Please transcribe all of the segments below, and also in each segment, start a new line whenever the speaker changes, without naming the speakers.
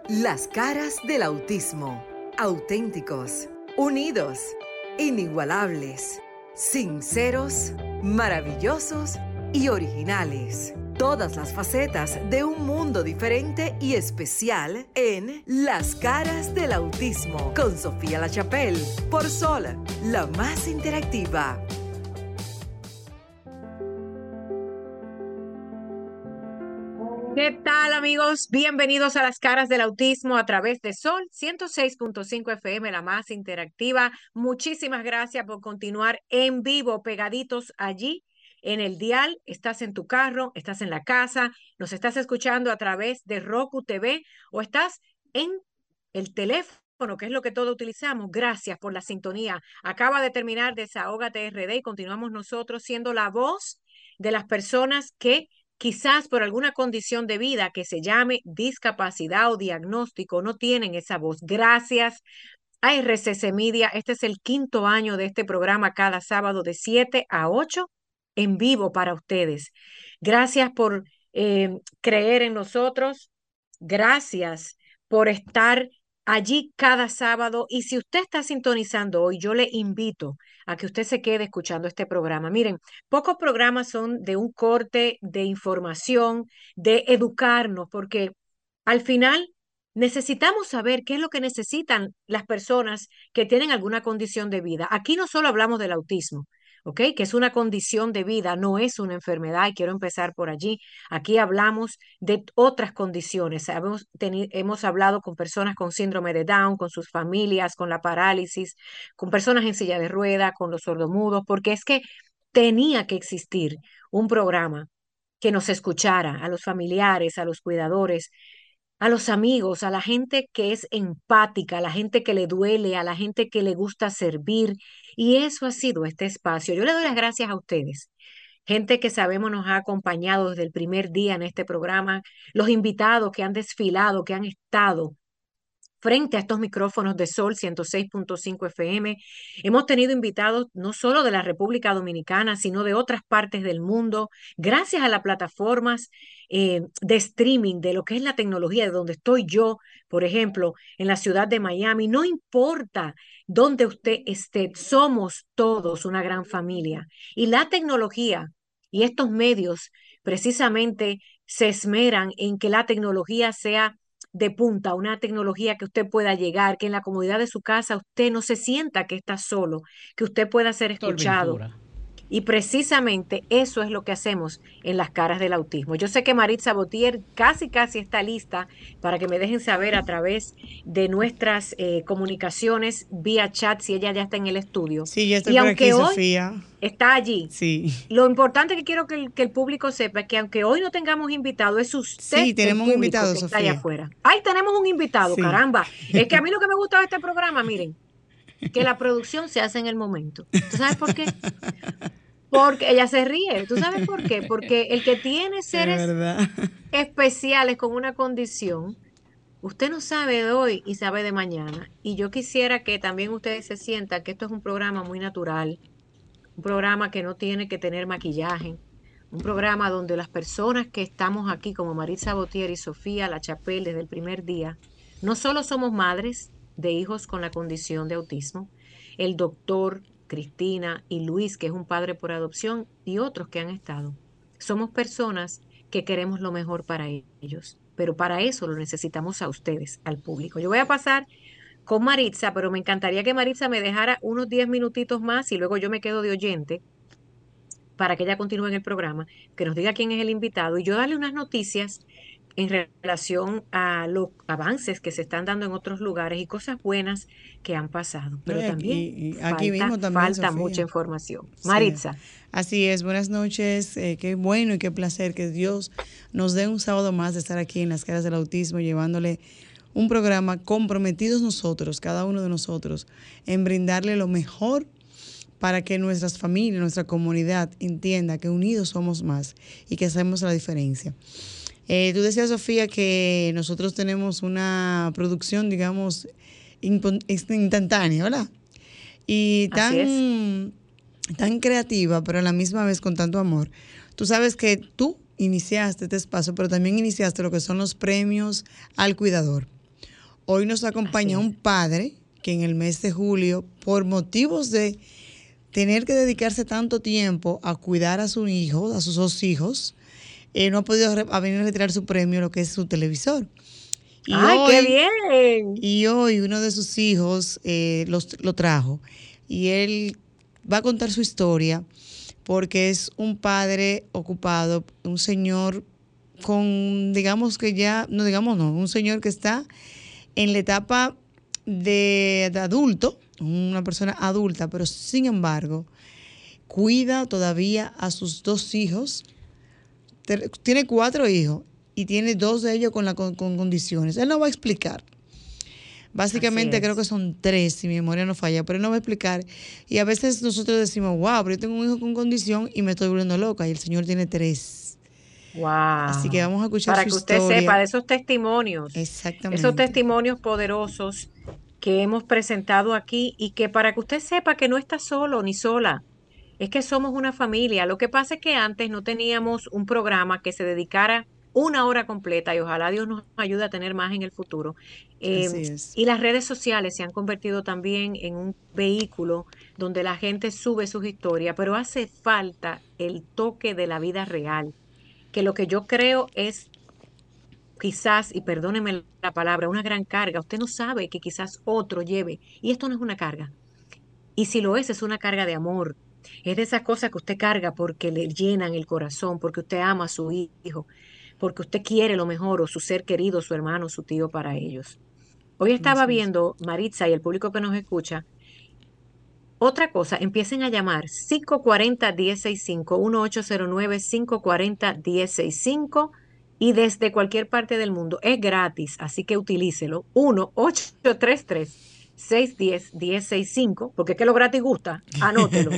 Las caras del autismo. Auténticos, unidos, inigualables, sinceros, maravillosos y originales. Todas las facetas de un mundo diferente y especial en Las caras del autismo con Sofía La Chapelle por Sol, la más interactiva.
¿Qué tal, amigos? Bienvenidos a Las caras del autismo a través de Sol 106.5 FM, la más interactiva. Muchísimas gracias por continuar en vivo, pegaditos allí en el dial. Estás en tu carro, estás en la casa, nos estás escuchando a través de Roku TV o estás en el teléfono, que es lo que todos utilizamos. Gracias por la sintonía. Acaba de terminar Desahógate RD y continuamos nosotros siendo la voz de las personas que quizás por alguna condición de vida que se llame discapacidad o diagnóstico, no tienen esa voz. Gracias a RCC Media. Este es el 5º año de este programa cada sábado de 7 a 8 en vivo para ustedes. Gracias por creer en nosotros. Gracias por estar allí cada sábado. Y si usted está sintonizando hoy, yo le invito a que usted se quede escuchando este programa. Miren, pocos programas son de un corte de información, de educarnos, porque al final necesitamos saber qué es lo que necesitan las personas que tienen alguna condición de vida. Aquí no solo hablamos del autismo, ¿ok? Que es una condición de vida, no es una enfermedad, y quiero empezar por allí. Aquí hablamos de otras condiciones. Hemos hablado con personas con síndrome de Down, con sus familias, con la parálisis, con personas en silla de rueda, con los sordomudos, porque es que tenía que existir un programa que nos escuchara a los familiares, a los cuidadores, a los amigos, a la gente que es empática, a la gente que le duele, a la gente que le gusta servir. Y eso ha sido este espacio. Yo le doy las gracias a ustedes, gente que sabemos nos ha acompañado desde el primer día en este programa, los invitados que han desfilado, que han estado frente a estos micrófonos de Sol 106.5 FM. Hemos tenido invitados no solo de la República Dominicana, sino de otras partes del mundo, gracias a las plataformas de streaming, de lo que es la tecnología, de donde estoy yo, por ejemplo, en la ciudad de Miami. No importa dónde usted esté, somos todos una gran familia. Y la tecnología y estos medios precisamente se esmeran en que la tecnología sea de punta, una tecnología que usted pueda llegar, que en la comodidad de su casa usted no se sienta que está solo, que usted pueda ser escuchado.
Ventura.
Y precisamente eso es lo que hacemos en Las caras del autismo. Yo sé que Maritza Botier casi está lista para que me dejen saber a través de nuestras comunicaciones vía chat si ella ya está en el estudio.
Sí, ya estoy
Y
por
aunque
aquí,
hoy
Sofía.
está allí,
Sí.
lo importante que quiero que el público sepa es que aunque hoy no tengamos invitado, es usted
Sí,
el
tenemos un
público
invitado,
que está allá
Sofía.
afuera. ¡Ay, tenemos un invitado,
Sí.
caramba! Es que a mí lo que me gusta de este programa, miren, que la producción se hace en el momento. ¿Tú sabes por qué? Porque ella se ríe. ¿Tú sabes por qué? Porque el que tiene
Es
seres
verdad.
especiales con una condición, usted no sabe de hoy y sabe de mañana. Y yo quisiera que también ustedes se sientan que esto es un programa muy natural, un programa que no tiene que tener maquillaje, un programa donde las personas que estamos aquí, como Maritza Botier y Sofía La Chapelle desde el primer día, no solo somos madres de hijos con la condición de autismo, el doctor Cristina y Luis, que es un padre por adopción, y otros que han estado. Somos personas que queremos lo mejor para ellos, pero para eso lo necesitamos a ustedes, al público. Yo voy a pasar con Maritza, pero me encantaría que Maritza me dejara unos 10 minutitos más y luego yo me quedo de oyente para que ella continúe en el programa, que nos diga quién es el invitado y yo darle unas noticias en relación a los avances que se están dando en otros lugares y cosas buenas que han pasado.
No,
Pero también
y aquí mismo también,
falta mucha
Sofía.
información.
Sí.
Maritza.
Así es, buenas noches, qué bueno y qué placer que Dios nos dé un sábado más de estar aquí en Las caras del autismo, llevándole un programa comprometidos nosotros, cada uno de nosotros, en brindarle lo mejor para que nuestras familias, nuestra comunidad entienda que unidos somos más y que hacemos la diferencia. Tú decías, Sofía, que nosotros tenemos una producción, digamos, instantánea, ¿verdad? Y
Así es.
tan creativa, pero a la misma vez con tanto amor. Tú sabes que tú iniciaste este espacio, pero también iniciaste lo que son los premios al cuidador. Hoy nos acompaña un padre que en el mes de julio, por motivos de tener que dedicarse tanto tiempo a cuidar a su hijo, a sus 2 hijos, no ha podido venir a retirar su premio, lo que es su televisor.
¡Ay, qué bien!
Y hoy uno de sus hijos lo trajo y él va a contar su historia porque es un padre ocupado, un señor con, un señor que está en la etapa de adulto, una persona adulta, pero sin embargo cuida todavía a sus 2 hijos. Tiene 4 hijos y tiene 2 de ellos con condiciones. Él no va a explicar. Básicamente creo que son 3, si mi memoria no falla, pero él no va a explicar. Y a veces nosotros decimos, wow, pero yo tengo un hijo con condición y me estoy volviendo loca. Y el señor tiene 3.
Wow.
Así que vamos a escuchar
para
su
que usted
historia.
sepa de esos testimonios.
Exactamente.
Esos testimonios poderosos que hemos presentado aquí y que para que usted sepa que no está solo ni sola. Es que somos una familia. Lo que pasa es que antes no teníamos un programa que se dedicara 1 hora completa y ojalá Dios nos ayude a tener más en el futuro.
Así es.
Y las redes sociales se han convertido también en un vehículo donde la gente sube sus historias, pero hace falta el toque de la vida real, que lo que yo creo es quizás, y perdóneme la palabra, una gran carga. Usted no sabe que quizás otro lleve, y esto no es una carga. Y si lo es una carga de amor. Es de esas cosas que usted carga porque le llenan el corazón, porque usted ama a su hijo, porque usted quiere lo mejor, o su ser querido, su hermano, su tío para ellos. Hoy estaba viendo, Maritza y el público que nos escucha, otra cosa, empiecen a llamar 540-1065, 1809-540-1065 y desde cualquier parte del mundo. Es gratis, así que utilícelo. 1-833-610-1065, porque es que lo gratis gusta. Anótelo.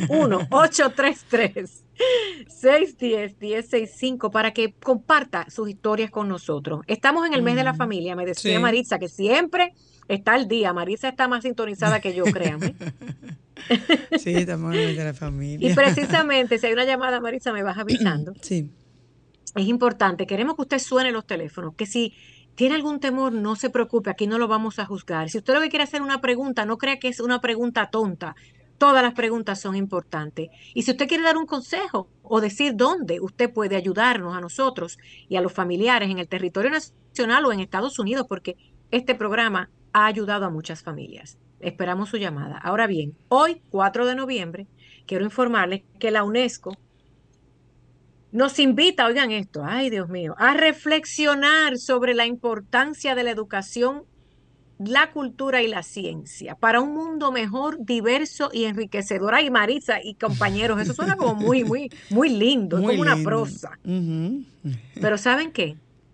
1-833-610-1065 para que comparta sus historias con nosotros. Estamos en el mes de la familia. Me decía Maritza que siempre está al día. Maritza está más sintonizada que yo, créanme.
Sí, estamos en el mes de la familia.
Y precisamente, si hay una llamada, Maritza, me vas avisando.
Sí.
Es importante, queremos que usted suene los teléfonos, que si tiene algún temor, no se preocupe, aquí no lo vamos a juzgar. Si usted lo que quiere hacer una pregunta, no crea que es una pregunta tonta. Todas las preguntas son importantes. Y si usted quiere dar un consejo o decir dónde usted puede ayudarnos a nosotros y a los familiares en el territorio nacional o en Estados Unidos, porque este programa ha ayudado a muchas familias. Esperamos su llamada. Ahora bien, hoy, 4 de noviembre, quiero informarles que la UNESCO nos invita, oigan esto, ay Dios mío, a reflexionar sobre la importancia de la educación, la cultura y la ciencia para un mundo mejor, diverso y enriquecedor. Ay, Maritza y compañeros, eso suena como muy lindo, es como una prosa. Pero ¿saben qué?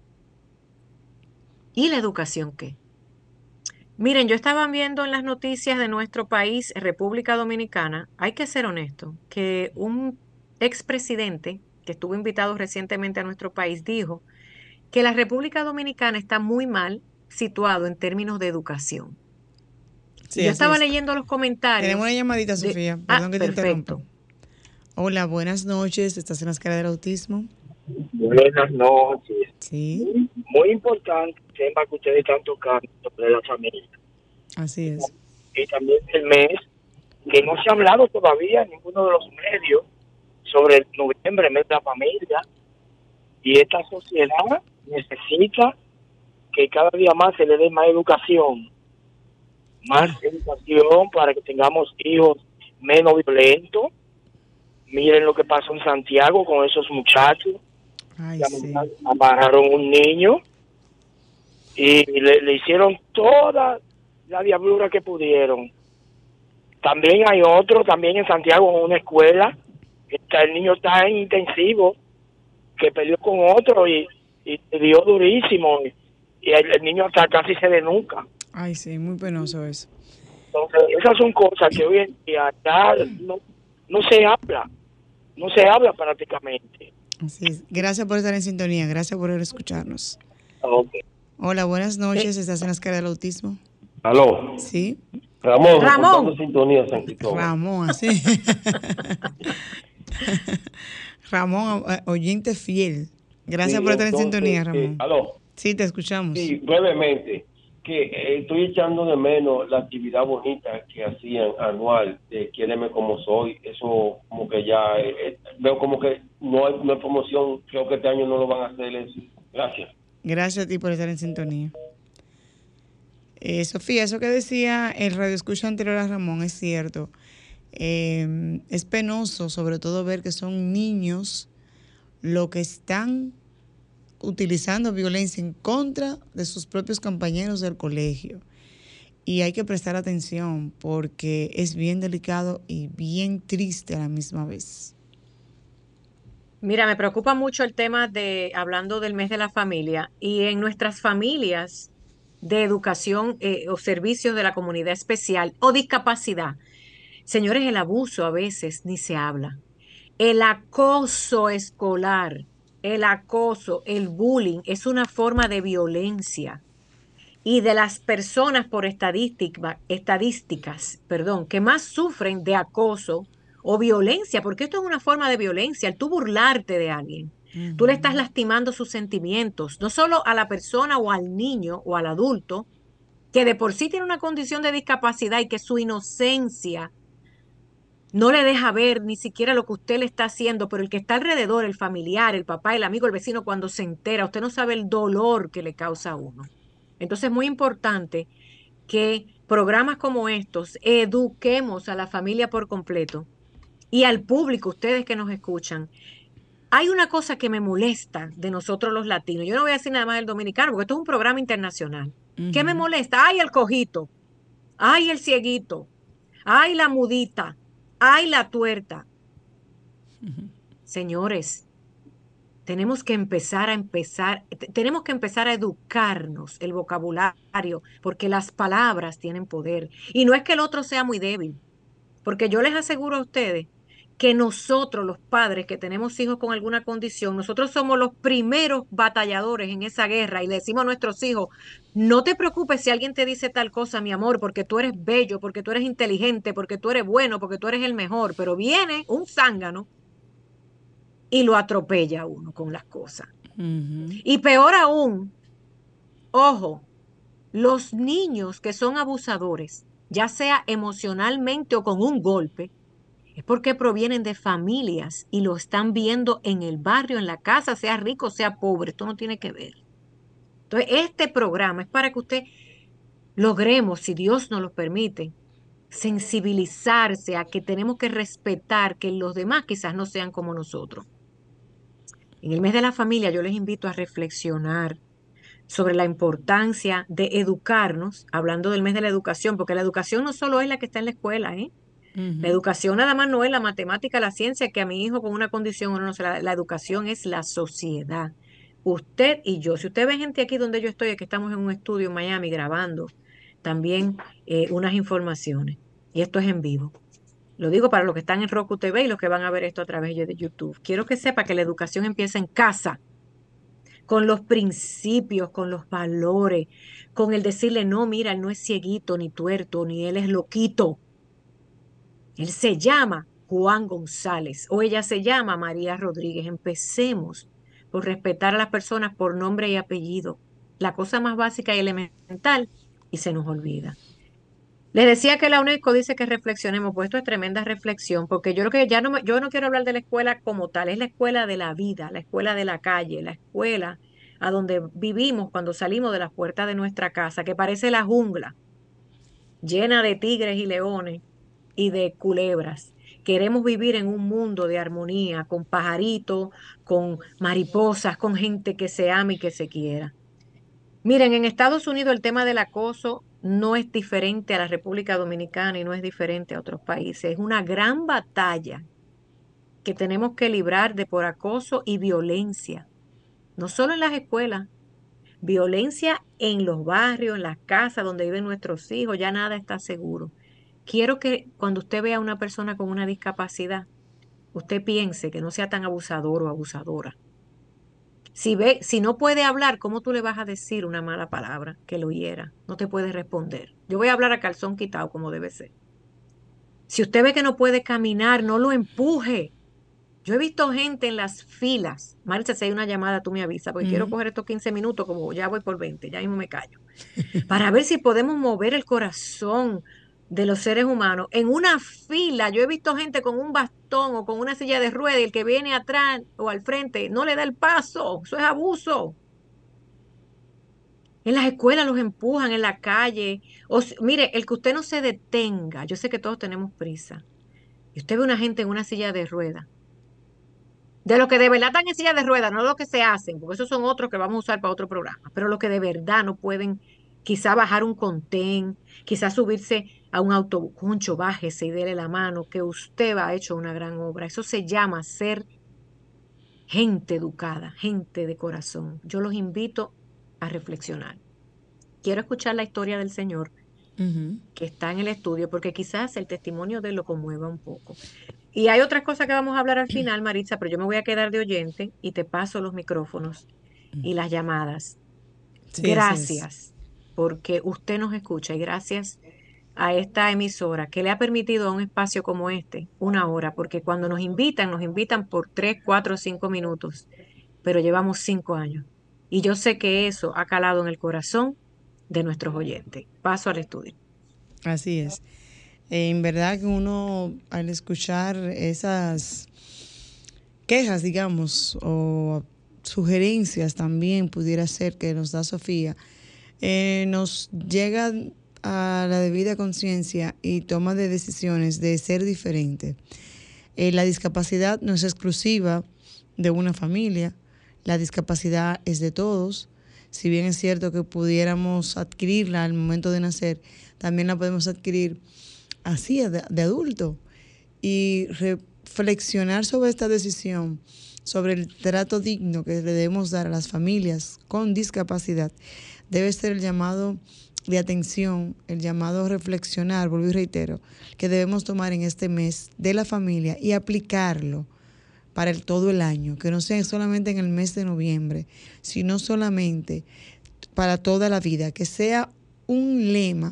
¿Y la educación qué? Miren, yo estaba viendo en las noticias de nuestro país, República Dominicana, hay que ser honesto, que un expresidente que estuvo invitado recientemente a nuestro país dijo que la República Dominicana está muy mal situado en términos de educación. Sí, yo estaba leyendo los comentarios.
Tenemos una llamadita, Sofía. Perdón que te interrumpa. Hola, buenas noches. ¿Estás en las caras del autismo?
Buenas noches.
Sí.
Muy importante el tema que ustedes están tocando sobre la familia.
Así es.
Y también el mes, que no se ha hablado todavía en ninguno de los medios sobre el noviembre, mes de la familia. Y esta sociedad necesita que cada día más se le dé más educación. Más educación para que tengamos hijos menos violentos. Miren lo que pasó en Santiago con esos muchachos.
Ay, sí.
Amarraron un niño y le hicieron toda la diablura que pudieron. También hay otro, también en Santiago, en una escuela, el niño está en intensivo, que peleó con otro y dio durísimo, y el niño hasta casi se desnuca.
Ay, sí, muy penoso eso.
Entonces, esas son cosas que hoy en día ya no se habla prácticamente.
Así es. Gracias por estar en sintonía, gracias por escucharnos.
Okay.
Hola, buenas noches, ¿estás en las caras del autismo?
¿Aló?
Sí.
Ramón. Sintonía, San Cristóbal.
Ramón, así. Ramón, oyente fiel. Gracias por estar en sintonía, Ramón.
¿Aló?
Sí, te escuchamos.
Sí, brevemente. que estoy echando de menos la actividad bonita que hacían anual de Quiéreme como soy. Eso como que ya veo como que no hay promoción. Creo que este año no lo van a hacer eso. Gracias.
Gracias a ti por estar en sintonía. Sofía, eso que decía el radioescucha anterior a Ramón es cierto. Es penoso sobre todo ver que son niños lo que están utilizando violencia en contra de sus propios compañeros del colegio. Y hay que prestar atención porque es bien delicado y bien triste a la misma vez.
Mira, me preocupa mucho el tema hablando del mes de la familia, y en nuestras familias de educación o servicios de la comunidad especial o discapacidad. Señores, el abuso a veces ni se habla. El acoso escolar, el acoso, el bullying es una forma de violencia. Y de las personas por estadísticas, que más sufren de acoso o violencia, porque esto es una forma de violencia, el tú burlarte de alguien. Tú le estás lastimando sus sentimientos, no solo a la persona o al niño o al adulto, que de por sí tiene una condición de discapacidad y que su inocencia no le deja ver ni siquiera lo que usted le está haciendo, pero el que está alrededor, el familiar, el papá, el amigo, el vecino, cuando se entera, usted no sabe el dolor que le causa a uno. Entonces es muy importante que programas como estos eduquemos a la familia por completo y al público, ustedes que nos escuchan. Hay una cosa que me molesta de nosotros los latinos. Yo no voy a decir nada más del dominicano, porque esto es un programa internacional. ¿Qué me molesta? Ay, el cojito. Ay, el cieguito. Ay, la mudita. Ay, la tuerta. Señores, tenemos que empezar a educarnos el vocabulario, porque las palabras tienen poder. Y no es que el otro sea muy débil, porque yo les aseguro a ustedes que nosotros, los padres que tenemos hijos con alguna condición, nosotros somos los primeros batalladores en esa guerra y le decimos a nuestros hijos, no te preocupes si alguien te dice tal cosa, mi amor, porque tú eres bello, porque tú eres inteligente, porque tú eres bueno, porque tú eres el mejor, pero viene un zángano y lo atropella a uno con las cosas. Y peor aún, ojo, los niños que son abusadores, ya sea emocionalmente o con un golpe, es porque provienen de familias y lo están viendo en el barrio, en la casa, sea rico, sea pobre, esto no tiene que ver. Entonces, este programa es para que usted logremos, si Dios nos lo permite, sensibilizarse a que tenemos que respetar que los demás quizás no sean como nosotros. En el mes de la familia yo les invito a reflexionar sobre la importancia de educarnos, hablando del mes de la educación, porque la educación no solo es la que está en la escuela, ¿eh? La educación nada más no es la matemática, la ciencia, que a mi hijo con una condición o no sé, la educación es la sociedad. Usted y yo, si usted ve gente aquí donde yo estoy, que estamos en un estudio en Miami grabando también unas informaciones, y esto es en vivo. Lo digo para los que están en Roku TV y los que van a ver esto a través de YouTube. Quiero que sepa que la educación empieza en casa, con los principios, con los valores, con el decirle, no, mira, él no es cieguito, ni tuerto, ni él es loquito. Él se llama Juan González o ella se llama María Rodríguez. Empecemos por respetar a las personas por nombre y apellido. La cosa más básica y elemental, y se nos olvida. Les decía que la UNESCO dice que reflexionemos, pues esto es tremenda reflexión, porque yo creo que yo no quiero hablar de la escuela como tal, es la escuela de la vida, la escuela de la calle, la escuela a donde vivimos cuando salimos de las puertas de nuestra casa, que parece la jungla, llena de tigres y leones y de culebras. Queremos vivir en un mundo de armonía, con pajaritos, con mariposas, con gente que se ama y que se quiera. Miren, en Estados Unidos el tema del acoso no es diferente a la República Dominicana y no es diferente a otros países. Es una gran batalla que tenemos que librar de por acoso y violencia, no solo en las escuelas, violencia en los barrios, en las casas donde viven nuestros hijos, ya nada está seguro. Quiero que cuando usted vea a una persona con una discapacidad, usted piense que no sea tan abusador o abusadora. Si no puede hablar, ¿cómo tú le vas a decir una mala palabra que lo hiera? No te puede responder. Yo voy a hablar a calzón quitado como debe ser. Si usted ve que no puede caminar, no lo empuje. Yo he visto gente en las filas. Maritza, si hay una llamada, tú me avisas, porque quiero coger estos 15 minutos, como ya voy por 20, ya mismo me callo, para ver si podemos mover el corazón de los seres humanos. En una fila, yo he visto gente con un bastón o con una silla de ruedas y el que viene atrás o al frente no le da el paso. Eso es abuso. En las escuelas los empujan, en la calle. Mire, el que usted no se detenga, yo sé que todos tenemos prisa, y usted ve una gente en una silla de ruedas, de lo que de verdad están en silla de ruedas, no lo que se hacen, porque esos son otros que vamos a usar para otro programa, pero los que de verdad no pueden quizá bajar un contén, quizá subirse a un autobús, concho, bájese y dele la mano, que usted ha hecho una gran obra. Eso se llama ser gente educada, gente de corazón. Yo los invito a reflexionar. Quiero escuchar la historia del Señor que está en el estudio, porque quizás el testimonio de él lo conmueva un poco. Y hay otras cosas que vamos a hablar al final, Maritza, pero yo me voy a quedar de oyente y te paso los micrófonos y las llamadas.
Sí,
Gracias, porque usted nos escucha y gracias a esta emisora que le ha permitido a un espacio como este 1 hora, porque cuando nos invitan por 3, 4, 5 minutos, pero llevamos 5 años. Y yo sé que eso ha calado en el corazón de nuestros oyentes. Paso al estudio.
Así es. En verdad que uno al escuchar esas quejas, digamos, o sugerencias también pudiera ser que nos da Sofía, nos llega a la debida conciencia y toma de decisiones de ser diferente. La discapacidad no es exclusiva de una familia, la discapacidad es de todos. Si bien es cierto que pudiéramos adquirirla al momento de nacer, también la podemos adquirir así de adulto y reflexionar sobre esta decisión, sobre el trato digno que le debemos dar a las familias con discapacidad, debe ser el llamado de atención, el llamado a reflexionar, vuelvo y reitero, que debemos tomar en este mes de la familia y aplicarlo para todo el año, que no sea solamente en el mes de noviembre, sino solamente para toda la vida, que sea un lema,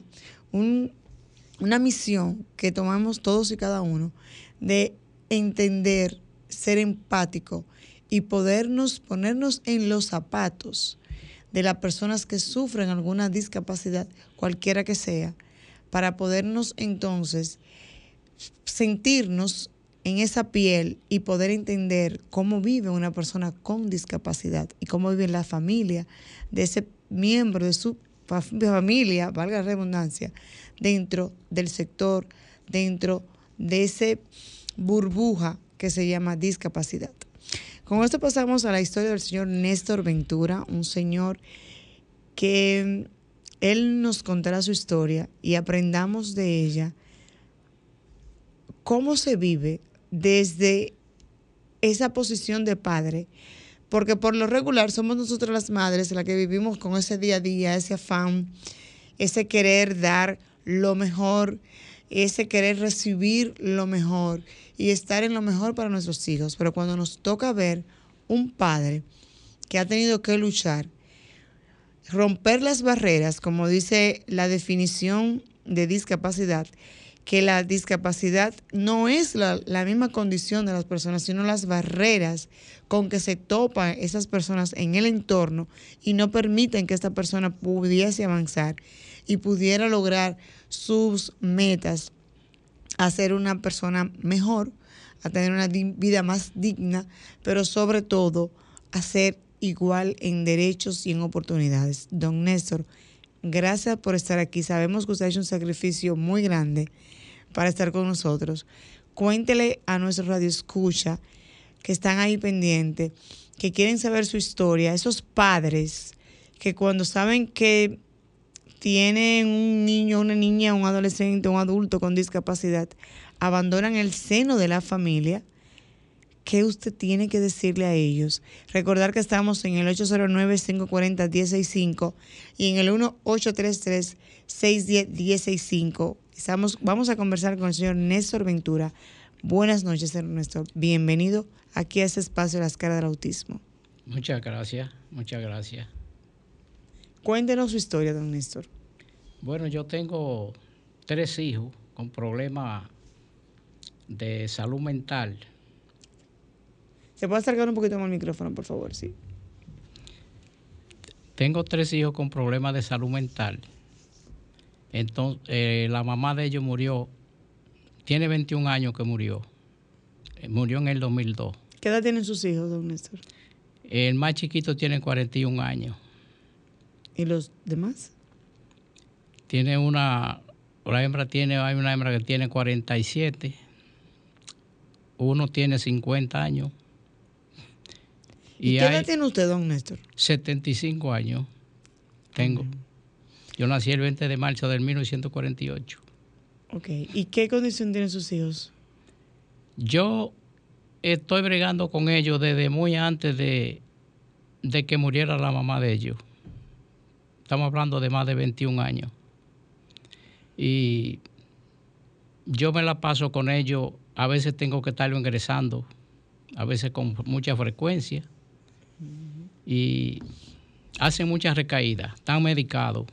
una misión que tomamos todos y cada uno de entender, ser empático y ponernos en los zapatos de las personas que sufren alguna discapacidad, cualquiera que sea, para podernos entonces sentirnos en esa piel y poder entender cómo vive una persona con discapacidad y cómo vive la familia de ese miembro de su familia, valga la redundancia, dentro del sector, dentro de ese burbuja que se llama discapacidad. Con esto pasamos a la historia del señor Néstor Ventura, un señor que él nos contará su historia y aprendamos de ella cómo se vive desde esa posición de padre, porque por lo regular somos nosotros las madres las que vivimos con ese día a día, ese afán, ese querer dar lo mejor, ese querer recibir lo mejor y estar en lo mejor para nuestros hijos. Pero cuando nos toca ver un padre que ha tenido que luchar, romper las barreras, como dice la definición de discapacidad, que la discapacidad no es la misma condición de las personas, sino las barreras con que se topan esas personas en el entorno y no permiten que esta persona pudiese avanzar y pudiera lograr sus metas, a ser una persona mejor, a tener una vida más digna, pero sobre todo a ser igual en derechos y en oportunidades. Don Néstor, gracias por estar aquí. Sabemos que usted ha hecho un sacrificio muy grande para estar con nosotros. Cuéntele a nuestro radio escucha que están ahí pendientes, que quieren saber su historia, esos padres que cuando saben que tienen un niño, una niña, un adolescente, un adulto con discapacidad, abandonan el seno de la familia. ¿Qué usted tiene que decirle a ellos? Recordar que estamos en el 809-540-1065 y en el 1-833-610-1065. Vamos a conversar con el señor Néstor Ventura. Buenas noches, señor Néstor. Bienvenido aquí a este espacio de las caras del autismo.
Muchas gracias, muchas gracias.
Cuéntenos su historia, don Néstor.
Bueno, yo tengo 3 hijos con problemas de salud mental
¿Se puede acercar un poquito más al micrófono, por favor? Sí.
Tengo 3 hijos con problemas de salud mental. Entonces, la mamá de ellos murió, tiene 21 años que murió. Murió en el 2002.
¿Qué edad tienen sus hijos, don Néstor?
El más chiquito tiene 41 años.
¿Y los demás?
Hay una hembra que tiene 47. Uno tiene 50 años.
¿Y qué edad tiene usted, don Néstor?
75 años tengo. Yo nací el 20 de marzo del 1948.
Ok. ¿Y qué condición tienen sus hijos?
Yo estoy bregando con ellos desde muy antes de que muriera la mamá de ellos. Estamos hablando de más de 21 años. Y yo me la paso con ellos. A veces tengo que estarlo ingresando, a veces con mucha frecuencia. Y hacen muchas recaídas. Están medicados.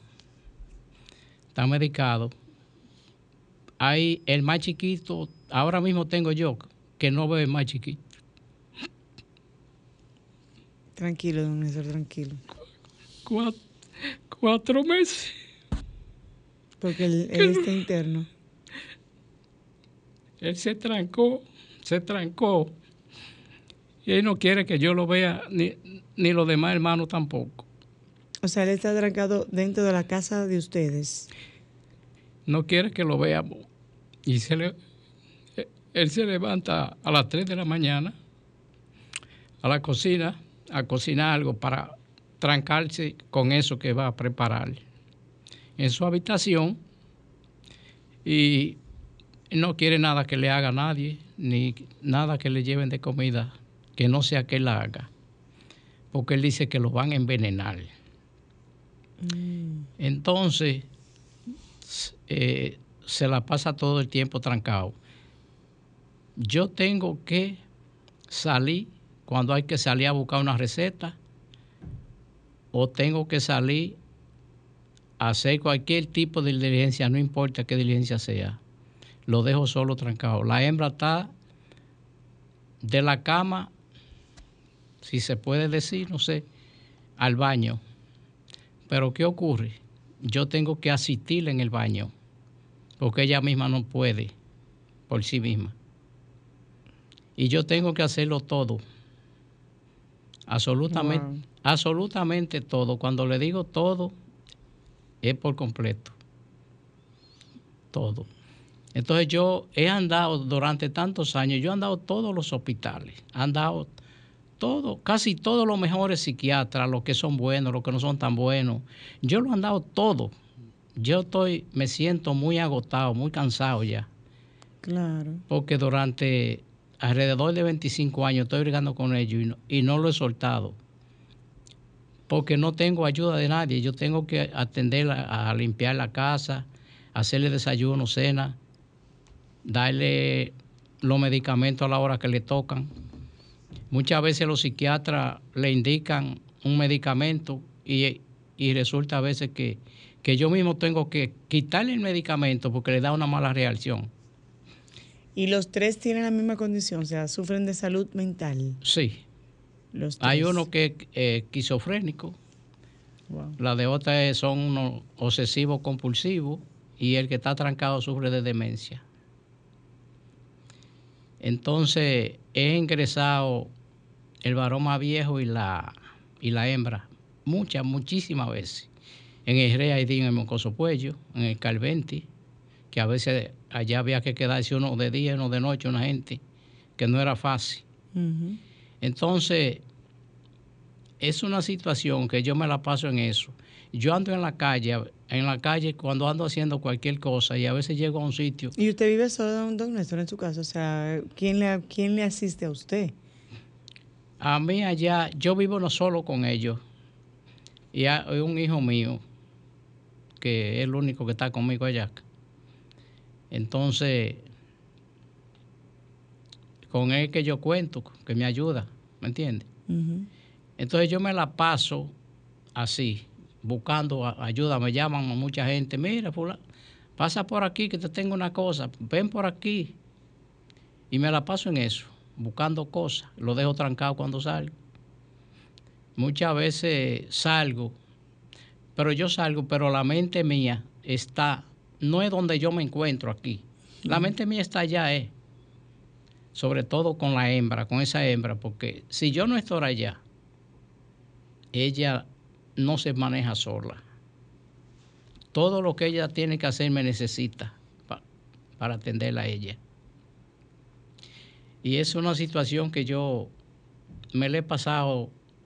Hay el más chiquito, ahora mismo tengo yo, que no veo el más chiquito.
Tranquilo, don Néstor, tranquilo.
4 meses.
Porque él está interno.
Él se trancó. Y él no quiere que yo lo vea, ni los demás hermanos tampoco.
O sea, él está trancado dentro de la casa de ustedes.
No quiere que lo veamos. Y él se levanta a las 3 de la mañana a la cocina a cocinar algo para trancarse con eso que va a preparar en su habitación, y no quiere nada que le haga a nadie, ni nada que le lleven de comida que no sea que él la haga, porque él dice que lo van a envenenar. Entonces se la pasa todo el tiempo trancado. Yo tengo que salir cuando hay que salir a buscar una receta, o tengo que salir a hacer cualquier tipo de diligencia, no importa qué diligencia sea. Lo dejo solo trancado. La hembra está de la cama, si se puede decir, no sé, al baño. Pero ¿qué ocurre? Yo tengo que asistirla en el baño, porque ella misma no puede por sí misma. Y yo tengo que hacerlo todo. Absolutamente todo. Cuando le digo todo, es por completo. Todo. Entonces yo he andado durante tantos años, yo he andado todos los hospitales, he andado casi todos los mejores psiquiatras, los que son buenos, los que no son tan buenos. Yo lo he andado todo. Me siento muy agotado, muy cansado ya.
Claro.
Porque durante alrededor de 25 años estoy brigando con ellos y no lo he soltado. Porque no tengo ayuda de nadie. Yo tengo que atender a limpiar la casa, hacerle desayuno, cena, darle los medicamentos a la hora que le tocan. Muchas veces los psiquiatras le indican un medicamento y resulta a veces que yo mismo tengo que quitarle el medicamento porque le da una mala reacción.
¿Y los 3 tienen la misma condición? O sea, ¿sufren de salud mental?
Sí.
Los 3.
Hay uno que es esquizofrénico. Wow. La de otra son unos obsesivos compulsivos, y el que está trancado sufre de demencia. Entonces he ingresado el varón más viejo y la hembra muchísimas veces en el REID, en el Moncoso Puello, en el Calventi, que a veces allá había que quedarse uno de día, uno de noche, una gente que no era fácil. Uh-huh. Entonces es una situación que yo me la paso en eso. Yo ando en la calle cuando ando haciendo cualquier cosa, y a veces llego a un sitio.
¿Y usted vive solo, don Néstor, en su casa? O sea, ¿quién le asiste a usted?
A mí allá, yo vivo no solo con ellos. Y hay un hijo mío, que es el único que está conmigo allá. Entonces, con él que yo cuento, que me ayuda, ¿me entiendes? Uh-huh. Entonces yo me la paso así, buscando ayuda. Me llaman mucha gente, mira, pasa por aquí que te tengo una cosa, ven por aquí. Y me la paso en eso, buscando cosas. Lo dejo trancado cuando salgo. Muchas veces salgo, pero yo salgo, pero la mente mía está, no es donde yo me encuentro aquí. La mente mía está allá, sobre todo con la hembra, con esa hembra, porque si yo no estoy allá, ella no se maneja sola. Todo lo que ella tiene que hacer me necesita para atenderla a ella. Y es una situación que yo me la he pasado.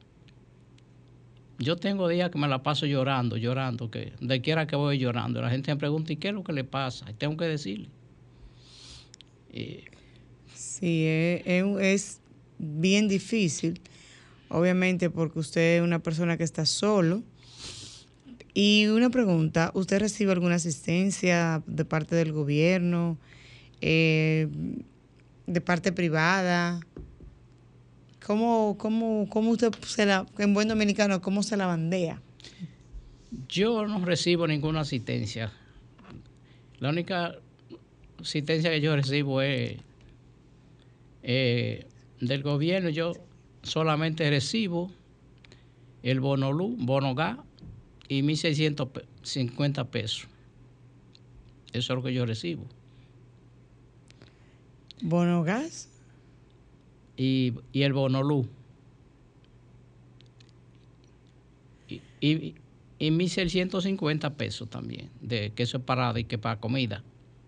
Yo tengo días que me la paso llorando, que de quiera que voy llorando. La gente me pregunta, ¿y qué es lo que le pasa? Y tengo que decirle.
Sí, es bien difícil, obviamente, porque usted es una persona que está solo. Y una pregunta, ¿usted recibe alguna asistencia de parte del gobierno, de parte privada? ¿Cómo usted en buen dominicano, cómo se la bandea?
Yo no recibo ninguna asistencia. La única asistencia que yo recibo es del gobierno. Yo solamente recibo el bono luz, bono gas y 1.650 pesos. Eso es lo que yo recibo.
¿Bono gas?
Y el bono luz. Y 1.650 pesos también, que eso es para, que para comida.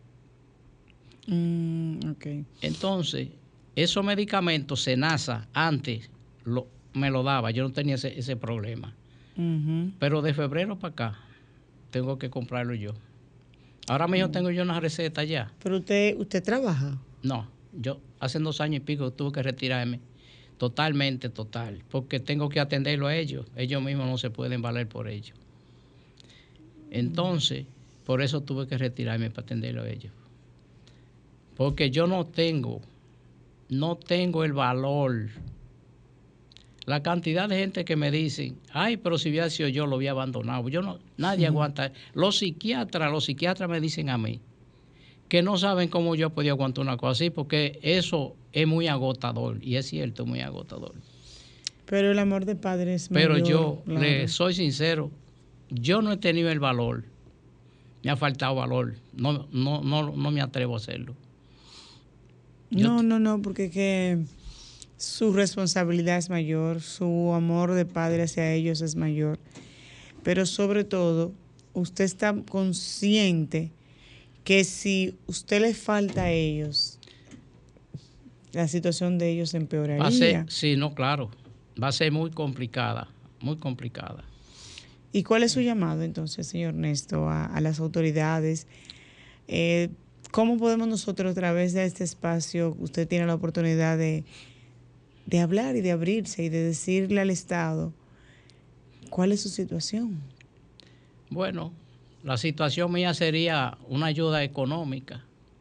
Okay.
Entonces, esos medicamentos, Senasa, antes me lo daba, yo no tenía ese problema. Pero de febrero para acá, tengo que comprarlo yo. Ahora mismo tengo yo una receta ya.
¿Pero usted trabaja?
No, yo hace 2 años y pico tuve que retirarme total, porque tengo que atenderlo a ellos. Ellos mismos no se pueden valer por ellos. Entonces, por eso tuve que retirarme para atenderlo a ellos. Porque yo no tengo el valor. La cantidad de gente que me dicen, ay, pero si hubiera sido yo, lo había abandonado. Nadie aguanta. Los psiquiatras me dicen a mí que no saben cómo yo podía aguantar una cosa así, porque eso es muy agotador, y es cierto, muy agotador.
Pero el amor de padre es
mayor. Pero yo
claro.
le soy sincero, yo no he tenido el valor, me ha faltado valor, no me atrevo a hacerlo.
No, porque que su responsabilidad es mayor, su amor de padre hacia ellos es mayor, pero sobre todo, usted está consciente que si usted le falta a ellos, la situación de ellos empeoraría.
Claro. Va a ser muy complicada, muy complicada.
¿Y cuál es su llamado entonces, señor Néstor, a las autoridades? ¿Cómo podemos nosotros, a través de este espacio, usted tiene la oportunidad de hablar y de abrirse y de decirle al Estado cuál es su situación?
Bueno, la situación mía sería una ayuda económica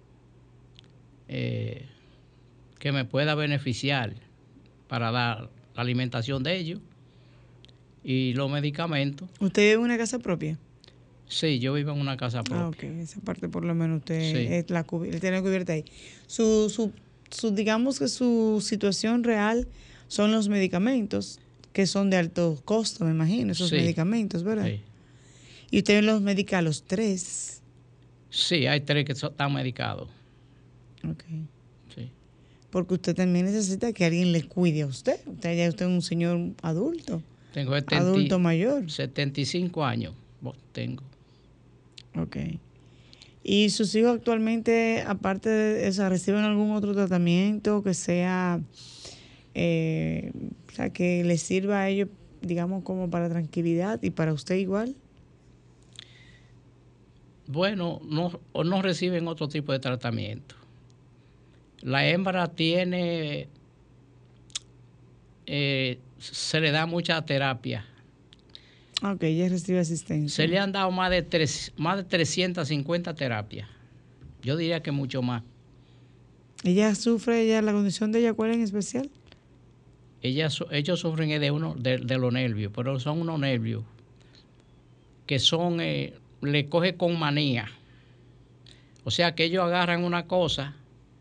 que me pueda beneficiar para dar la alimentación de ellos y los medicamentos.
¿Usted vive en una casa propia?
Sí, yo vivo en una casa propia.
Ok, esa parte por lo menos usted
sí.
tiene cubierta ahí. Digamos que su situación real son los medicamentos, que son de alto costo, me imagino, esos medicamentos, ¿verdad? Sí. ¿Y usted los medica a los 3?
Sí, hay 3 que están medicados.
Ok.
Sí.
Porque usted también necesita que alguien le cuide a usted. Usted es un señor adulto.
Tengo
adulto mayor.
75 años tengo.
Ok. ¿Y sus hijos actualmente, aparte de eso, reciben algún otro tratamiento que sea, o sea, que les sirva a ellos, digamos, como para tranquilidad y para usted igual?
Bueno, no reciben otro tipo de tratamiento. La hembra tiene, se le da mucha terapia.
Ok, ella recibe asistencia.
Se le han dado más de 350 terapias. Yo diría que mucho más.
¿Ella sufre la condición de ella cuál en especial?
Ellos sufren de los nervios, pero son unos nervios que son, le coge con manía. O sea que ellos agarran una cosa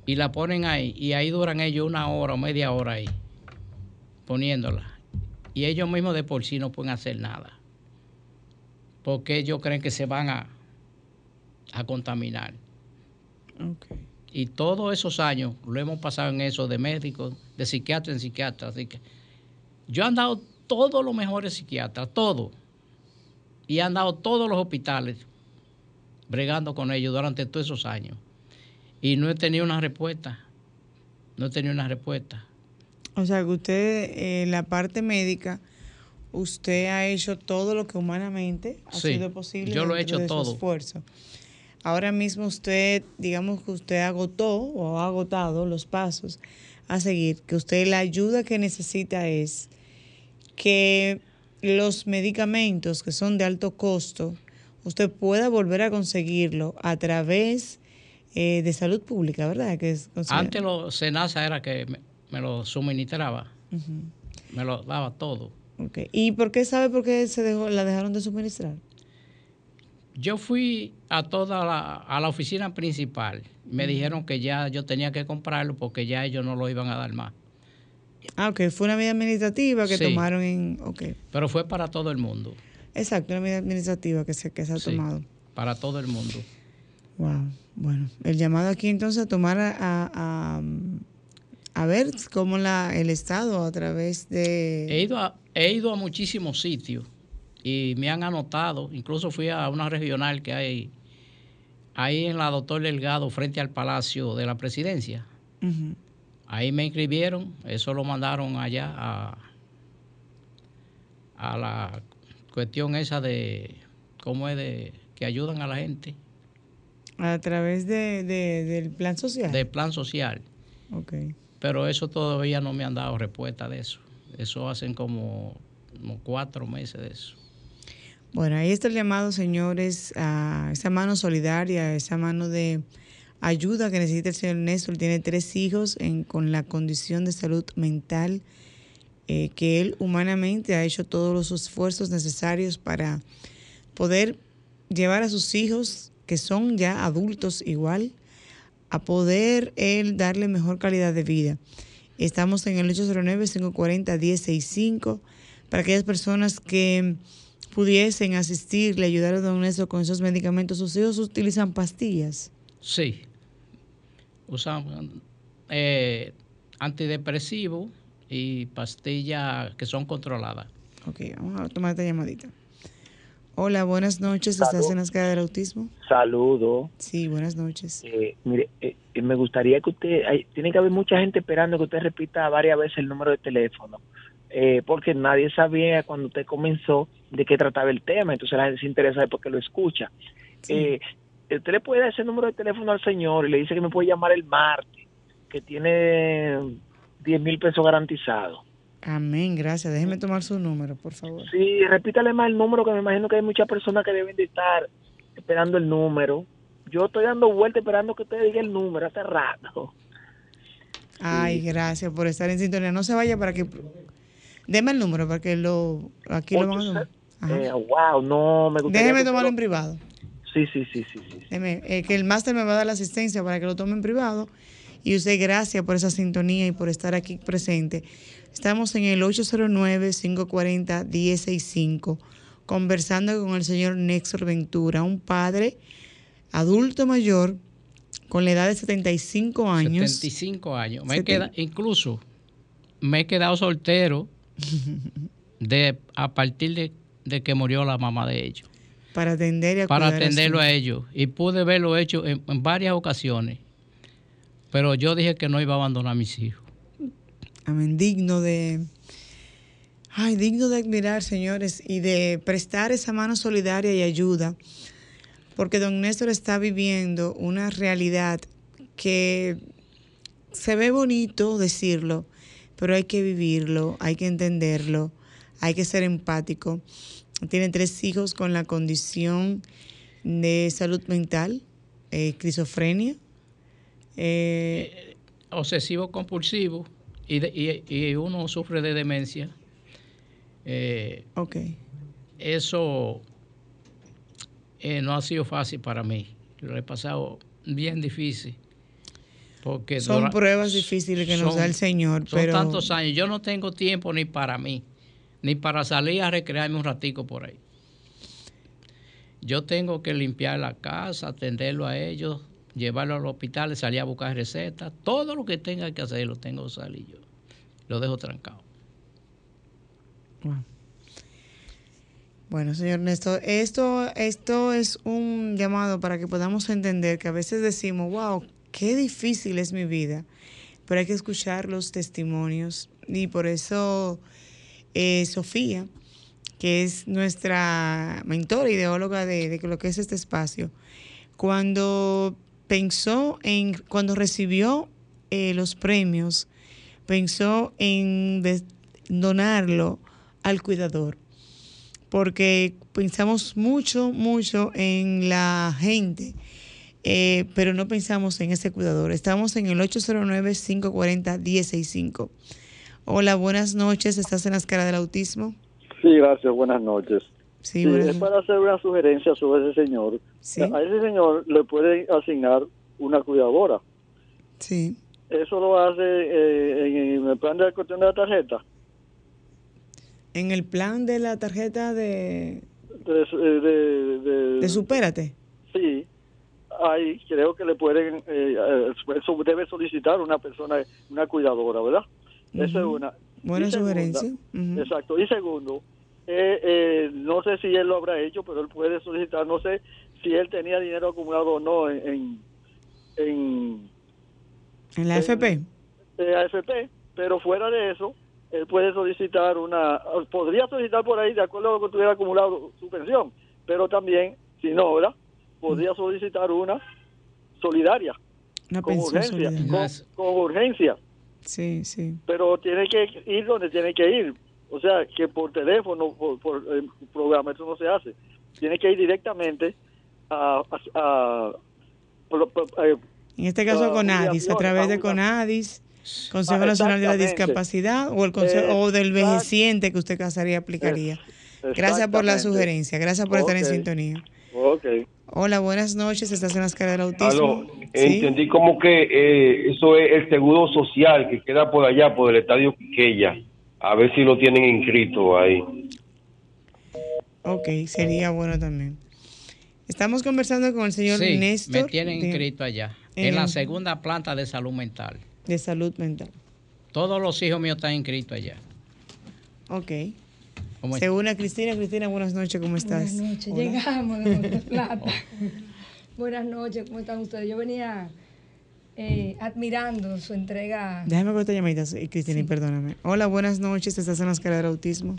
y la ponen ahí, y ahí duran ellos 1 hora o media hora ahí, poniéndola. Y ellos mismos de por sí no pueden hacer nada, porque ellos creen que se van a contaminar.
Okay.
Y todos esos años lo hemos pasado en eso, de médicos, de psiquiatra en psiquiatra. Así que yo he andado todos los mejores psiquiatras, todos. Y he andado todos los hospitales bregando con ellos durante todos esos años. Y no he tenido una respuesta. No he tenido una respuesta.
O sea, que usted, en la parte médica, usted ha hecho todo lo que humanamente ha sido posible.
Yo lo he hecho
de
todo.
Su esfuerzo. Ahora mismo usted, digamos que usted agotó o ha agotado los pasos a seguir, que usted la ayuda que necesita es que los medicamentos que son de alto costo, usted pueda volver a conseguirlo a través de salud pública, ¿verdad? Que es
Antes SENASA era que me lo suministraba, me lo daba todo.
Okay. ¿Y por qué sabe por qué la dejaron de suministrar?
Yo fui a la oficina principal. Me dijeron que ya yo tenía que comprarlo porque ya ellos no lo iban a dar más.
Ah, ok. Fue una medida administrativa que tomaron en... Okay.
Pero fue para todo el mundo.
Exacto, una medida administrativa que se ha tomado.
Para todo el mundo.
Wow. Bueno, el llamado aquí entonces a tomar a ver cómo el Estado a través de...
He ido a muchísimos sitios y me han anotado. Incluso fui a una regional que hay ahí en la Doctor Delgado, frente al Palacio de la Presidencia. Ahí me inscribieron, eso lo mandaron allá a la cuestión esa de cómo es de que ayudan a la gente.
A través del plan social.
Del plan social.
Okay.
Pero eso todavía no me han dado respuesta de eso. Eso hacen como 4 meses de eso.
Bueno, ahí está el llamado, señores, a esa mano solidaria, esa mano de ayuda que necesita el señor Néstor. Tiene 3 hijos con la condición de salud mental, que él humanamente ha hecho todos los esfuerzos necesarios para poder llevar a sus hijos, que son ya adultos igual, a poder él darle mejor calidad de vida. Estamos en el 809-540-1065 para aquellas personas que pudiesen asistirle, ayudar a don Néstor con esos medicamentos. ¿Sus hijos utilizan pastillas?
Sí, usan antidepresivos y pastillas que son controladas. Ok,
vamos a tomar esta llamadita. Hola, buenas noches. ¿Estás en la escala del autismo?
Saludos.
Sí, buenas noches.
Mire, me gustaría que usted, tiene que haber mucha gente esperando que usted repita varias veces el número de teléfono, porque nadie sabía cuando usted comenzó de qué trataba el tema, entonces la gente se interesa porque lo escucha. Sí. Usted le puede dar ese número de teléfono al señor y le dice que me puede llamar el martes, que tiene 10,000 pesos garantizados.
Amén, gracias. Déjeme tomar su número, por favor.
Sí, repítale más el número, que me imagino que hay muchas personas que deben de estar esperando el número. Yo estoy dando vuelta esperando que usted diga el número hace rato.
Ay, sí. Gracias por estar en sintonía. No se vaya para que... Deme el número para que aquí lo vamos a tomar.
Wow, no, me gustaría...
Déjeme tomarlo en privado.
Sí.
Déjeme, que el máster me va a dar la asistencia para que lo tome en privado. Y usted, gracias por esa sintonía y por estar aquí presente. Estamos en el 809-540-1065 conversando con el señor Néstor Ventura, un padre adulto mayor con la edad de 75 años.
75 años. Incluso me he quedado soltero a partir de que murió la mamá de ellos.
Para atender y
atenderlo a ellos. Y pude verlo hecho en varias ocasiones. Pero yo dije que no iba a abandonar a mis hijos.
Amén. Digno de admirar, señores, y de prestar esa mano solidaria y ayuda, porque don Néstor está viviendo una realidad que se ve bonito decirlo, pero hay que vivirlo, hay que entenderlo, hay que ser empático. Tiene 3 hijos con la condición de salud mental, esquizofrenia,
obsesivo compulsivo, y uno sufre de demencia. Eso no ha sido fácil para mí. Lo he pasado bien difícil Porque
son pruebas difíciles que nos da el Señor.
Son tantos años. Yo no tengo tiempo ni para mí, ni para salir a recrearme un ratico por ahí. Yo tengo que limpiar la casa, atenderlo a ellos, llevarlo al hospital, salir a buscar recetas. Todo lo que tenga que hacer lo tengo que salir yo. Lo dejo trancado.
Bueno, señor Néstor, esto es un llamado para que podamos entender que a veces decimos, wow, qué difícil es mi vida, pero hay que escuchar los testimonios. Y por eso Sofía, que es nuestra mentora, ideóloga de lo que es este espacio, cuando recibió los premios, pensó en donarlo al cuidador, porque pensamos mucho en la gente, pero no pensamos en ese cuidador. Estamos en el 809-540-1065. Hola, buenas noches, ¿estás en las caras del autismo?
Sí, gracias, buenas noches.
Sí,
es para hacer una sugerencia sobre ese señor.
¿Sí?
A ese señor le pueden asignar una cuidadora.
Sí.
Eso lo hace en el plan de cuestión de la tarjeta.
En el plan de la tarjeta de Supérate.
Sí, ahí creo que le pueden, eso debe solicitar una persona, una cuidadora, ¿verdad? Esa es una.
Buena sugerencia.
Exacto. Y segundo, no sé si él lo habrá hecho, pero él puede solicitar, no sé si él tenía dinero acumulado o no en
la AFP.
AFP, pero fuera de eso, él puede solicitar podría solicitar por ahí de acuerdo a lo que tuviera acumulado su pensión, pero también, si no, ¿verdad? Podría solicitar una solidaria.
Una
con
pensión
urgencia,
solidaria.
con urgencia.
Sí.
Pero tiene que ir donde tiene que ir. O sea, que por teléfono, por programa, eso no se hace. Tiene que ir directamente
en este caso a CONADIS, a través de CONADIS, Consejo Nacional de la Discapacidad, o el Consejo o del Vejeciente que usted casaría aplicaría. Gracias por la sugerencia, gracias por estar en sintonía. Hola, buenas noches, estás en las caras del autismo.
¿Sí? Entendí como que eso es el seguro social que queda por allá, por el estadio Quiqueya. A ver si lo tienen inscrito ahí.
Ok, sería bueno también. Estamos conversando con el señor Néstor.
Me tienen inscrito allá, en la segunda planta de salud mental.
De salud mental.
Todos los hijos míos están inscritos allá.
Ok. Se une a Cristina. Cristina, buenas noches, ¿cómo estás?
Buenas noches, hola. Llegamos de Monte Plata. Buenas noches, ¿cómo están ustedes? Yo venía admirando su entrega.
Déjame con esta llamadita, Cristina, y perdóname. Hola, buenas noches, ¿estás en las caras del autismo?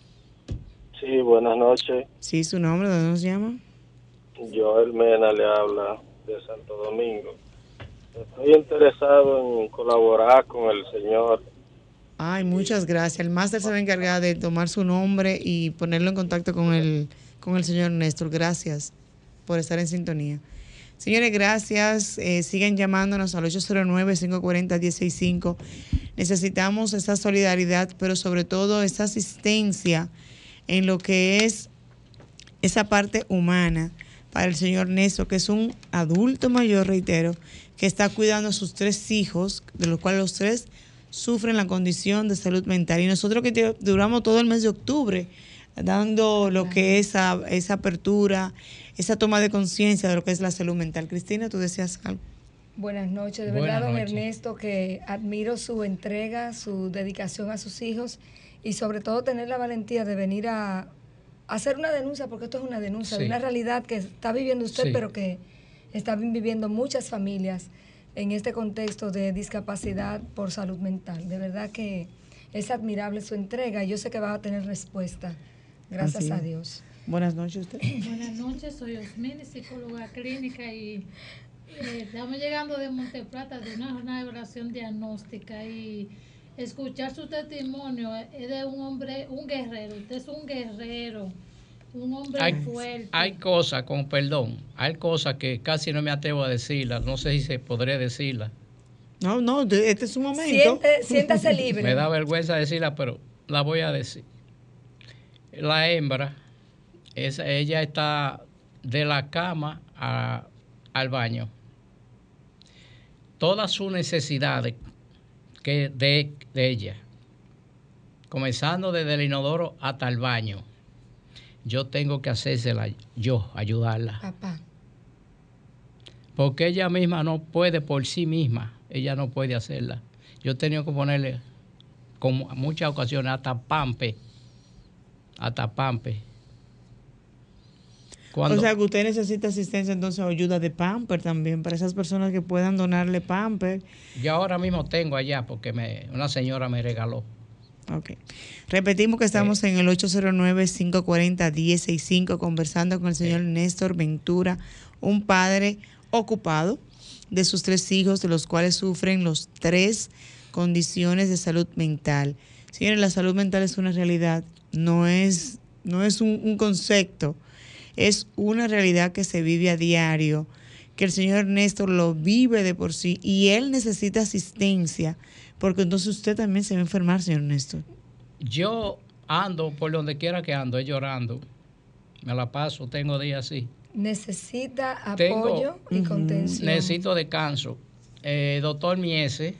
Sí, buenas noches.
Sí, ¿su nombre? ¿De dónde nos llama?
Joel Mena le habla de Santo Domingo. Estoy interesado en colaborar con el señor.
Ay, muchas gracias. El máster se va a encargar de tomar su nombre y ponerlo en contacto con el señor Néstor. Gracias por estar en sintonía. Señores, gracias. Sigan llamándonos al 809-540-1065. Necesitamos esa solidaridad, pero sobre todo esa asistencia en lo que es esa parte humana para el señor Néstor, que es un adulto mayor, reitero, que está cuidando a sus 3 hijos, de los cuales los 3 sufren la condición de salud mental. Y nosotros que duramos todo el mes de octubre dando lo que es esa apertura, esa toma de conciencia de lo que es la salud mental. Cristina, ¿tú decías algo?
Buenas noches. De verdad, don Ernesto, que admiro su entrega, su dedicación a sus hijos y sobre todo tener la valentía de venir a hacer una denuncia, porque esto es una denuncia de una realidad que está viviendo usted, pero que están viviendo muchas familias en este contexto de discapacidad por salud mental. De verdad que es admirable su entrega y yo sé que va a tener respuesta. Gracias a Dios.
Buenas noches, usted.
Buenas noches, soy Osmini, psicóloga clínica y estamos llegando de Monteplata de una jornada de evaluación diagnóstica y escuchar su testimonio es de un hombre, un guerrero. Usted es un guerrero. Un hombre fuerte.
Hay cosas, con perdón, hay cosas que casi no me atrevo a decirlas. No sé si se podré decirlas.
No, este es su momento.
Siéntase libre.
Me da vergüenza decirlas, pero la voy a decir. La hembra, ella está de la cama al baño. todas sus necesidades de ella, comenzando desde el inodoro hasta el baño, yo tengo que hacérsela yo, ayudarla.
Papá.
Porque ella misma no puede por sí misma, ella no puede hacerla. Yo he tenido que ponerle, como muchas ocasiones, hasta pampe.
O sea, que usted necesita asistencia entonces o ayuda de pamper también, para esas personas que puedan donarle pamper.
Yo ahora mismo tengo allá porque una señora me regaló.
Ok. Repetimos que estamos en el 809-540-1065 conversando con el señor Néstor Ventura, un padre ocupado de sus 3 hijos, de los cuales sufren los 3 condiciones de salud mental. Señores, la salud mental es una realidad, no es un concepto, es una realidad que se vive a diario, que el señor Néstor lo vive de por sí y él necesita asistencia, porque entonces usted también se va a enfermar, señor Néstor.
Yo ando por donde quiera que ando, llorando. Me la paso, tengo días así.
Necesita apoyo y contención.
Necesito descanso. Doctor Miese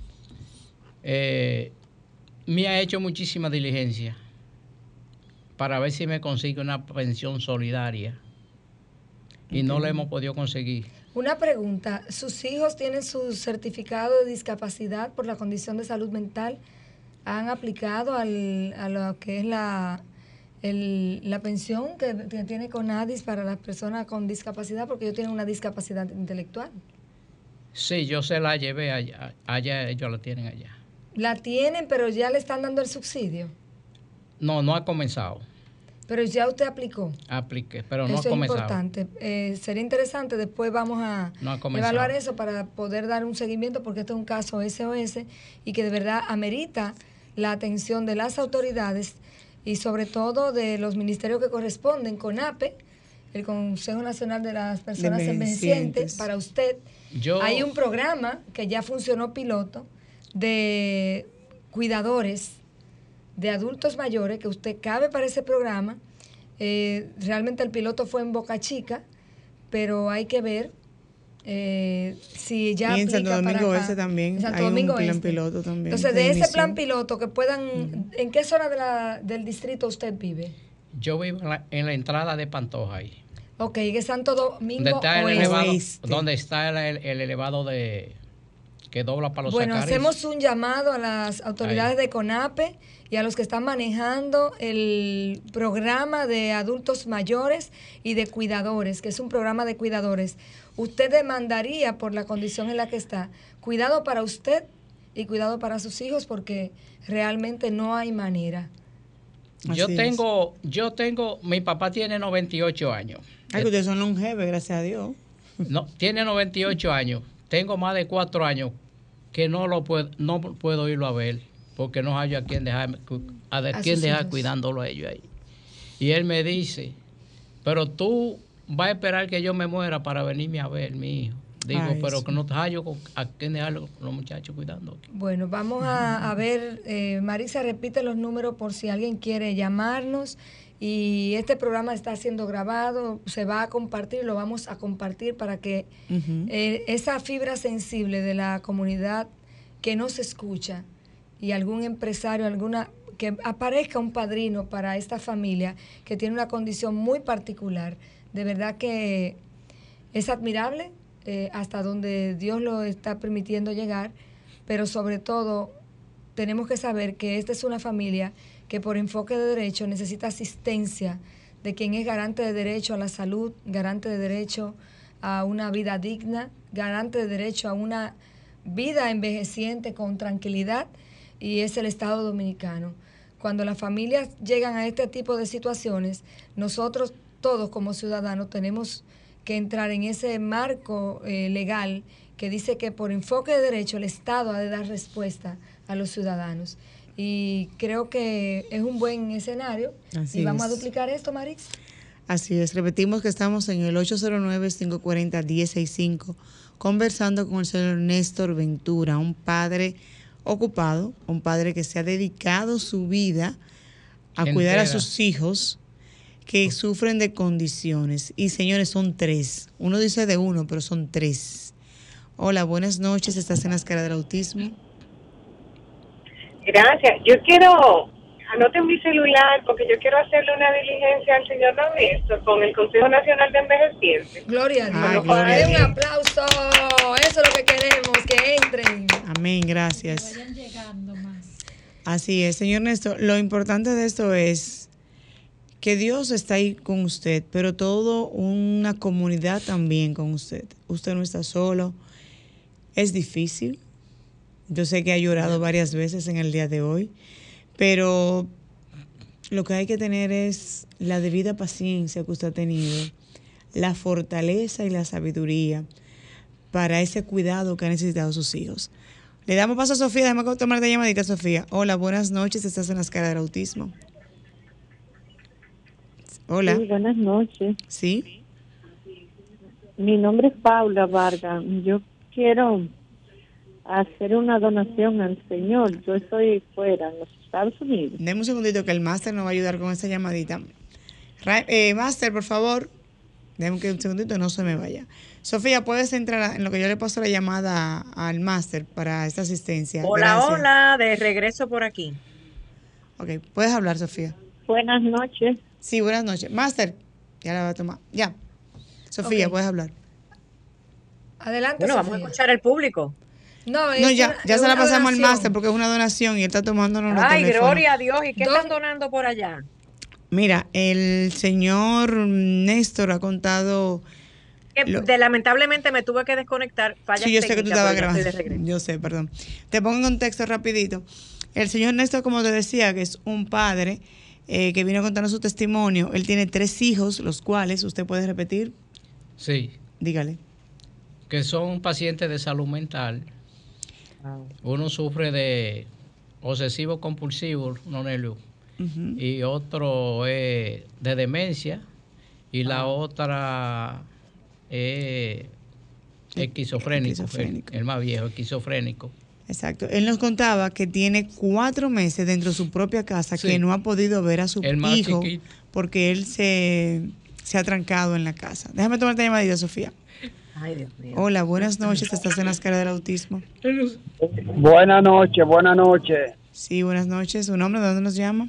me ha hecho muchísima diligencia para ver si me consigue una pensión solidaria y no la hemos podido conseguir.
Una pregunta, ¿sus hijos tienen su certificado de discapacidad por la condición de salud mental? ¿Han aplicado a lo que es la pensión que tiene CONADIS para las personas con discapacidad, porque ellos tienen una discapacidad intelectual?
Sí, yo se la llevé allá, ellos la tienen allá.
¿La tienen, pero ya le están dando el subsidio?
No ha comenzado.
Pero ya usted aplicó.
Apliqué, pero no
eso
ha comenzado.
Eso es importante. Sería interesante, después vamos a evaluar eso para poder dar un seguimiento, porque este es un caso SOS y que de verdad amerita la atención de las autoridades y sobre todo de los ministerios que corresponden, CONAPE, el Consejo Nacional de las Personas Envejecientes. Para usted, hay un programa que ya funcionó piloto de cuidadores de adultos mayores, que usted cabe para ese programa. Realmente el piloto fue en Boca Chica, pero hay que ver si ya
y en
aplica
Santo Domingo
para acá.
Este también
en Santo
hay
Domingo
un plan
Este.
piloto también.
Entonces, de ese plan piloto que puedan, ¿en qué zona del distrito usted vive?
Yo vivo en la entrada de Pantoja ahí.
Ok, que Santo Domingo
donde está el elevado que dobla para los
Bueno,
Zacarías.
hacemos un llamado a las autoridades de CONAPE y a los que están manejando el programa de adultos mayores y de cuidadores, que es un programa de cuidadores. Usted demandaría, por la condición en la que está, cuidado para usted y cuidado para sus hijos, porque realmente no hay manera.
Yo tengo, mi papá tiene 98 años.
Ay, que ustedes son longevos, gracias a Dios.
No, tiene 98 años. Tengo más de 4 años que no puedo irlo a ver, porque no hay a quién dejar cuidándolo a ellos ahí. Y él me dice, pero tú vas a esperar que yo me muera para venirme a ver, mi hijo. Digo, pero que no te hallo a quién dejarlo los muchachos cuidando.
Bueno, vamos a ver, Marisa, repite los números por si alguien quiere llamarnos. Y este programa está siendo grabado, se va a compartir, lo vamos a compartir para que esa fibra sensible de la comunidad que no se escucha y algún empresario, que aparezca un padrino para esta familia que tiene una condición muy particular. De verdad que es admirable hasta donde Dios lo está permitiendo llegar, pero sobre todo tenemos que saber que esta es una familia que por enfoque de derecho necesita asistencia de quien es garante de derecho a la salud, garante de derecho a una vida digna, garante de derecho a una vida envejeciente con tranquilidad, y es el Estado Dominicano. Cuando las familias llegan a este tipo de situaciones, nosotros todos como ciudadanos tenemos que entrar en ese marco legal que dice que por enfoque de derecho el Estado ha de dar respuesta a los ciudadanos. Y creo que es un buen escenario. Y vamos a duplicar esto, Marix.
Así es, repetimos que estamos en el 809-540-1065 conversando con el señor Néstor Ventura, un padre ocupado, un padre que se ha dedicado su vida a cuidar a sus hijos que sufren de condiciones. Y señores, son 3. Uno dice de uno, pero son 3. Hola, buenas noches. Estás en la escala del autismo.
Gracias. Yo quiero, anoten mi celular porque yo quiero hacerle una diligencia al señor Néstor con el Consejo Nacional de Envejecientes.
Gloria a Dios. Un aplauso. Eso es lo que queremos, que entren.
Amén, gracias.
Que vayan llegando más.
Así es, señor Néstor. Lo importante de esto es que Dios está ahí con usted, pero todo una comunidad también con usted. Usted no está solo. Es difícil. Yo sé que ha llorado varias veces en el día de hoy, pero lo que hay que tener es la debida paciencia que usted ha tenido, la fortaleza y la sabiduría para ese cuidado que han necesitado sus hijos. Le damos paso a Sofía. Déjame tomar la llamadita, Sofía. Hola, buenas noches. Estás en la escala del autismo. Hola.
Sí, buenas noches.
¿Sí?
Mi nombre es Paula Vargas. Yo quiero hacer una donación al Señor. Yo estoy fuera, en los Estados Unidos.
Deme un segundito que el máster nos va a ayudar con esa llamadita. Máster, por favor. Deme un segundito, no se me vaya. Sofía, ¿puedes entrar en lo que yo le paso la llamada al máster para esta asistencia?
Hola,
Gracias.
hola, de regreso por aquí.
Ok, puedes hablar, Sofía.
Buenas noches.
Sí, buenas noches. Máster, ya la va a tomar. Ya. Sofía, puedes hablar.
Adelante,
Bueno,
Sofía.
vamos a escuchar al público.
No,
ya se la pasamos al máster porque es una donación y él está tomándonos los
Ay,
teléfonos.
gloria a Dios. ¿Y qué están donando por allá?
Mira, el señor Néstor ha contado...
Lamentablemente me tuve que desconectar.
Sí, yo sé que tú estabas grabando. Yo sé, perdón. Te pongo en contexto rapidito. El señor Néstor, como te decía, que es un padre que vino contando su testimonio. Él tiene 3 hijos, los cuales, ¿usted puede repetir?
Sí.
Dígale.
Que son pacientes de salud mental. Uno sufre de obsesivo compulsivo, y otro es de demencia, y la otra es esquizofrénico. El más viejo, esquizofrénico.
Exacto. Él nos contaba que tiene 4 meses dentro de su propia casa que no ha podido ver a su hijo chiquito, porque él se ha trancado en la casa. Déjame tomar esta llamadita, Sofía.
Ay, Dios mío.
Hola, buenas noches. ¿Estás en la escala del autismo?
Buenas noches, buenas noches.
Sí, buenas noches. ¿Su nombre? ¿De dónde nos llama?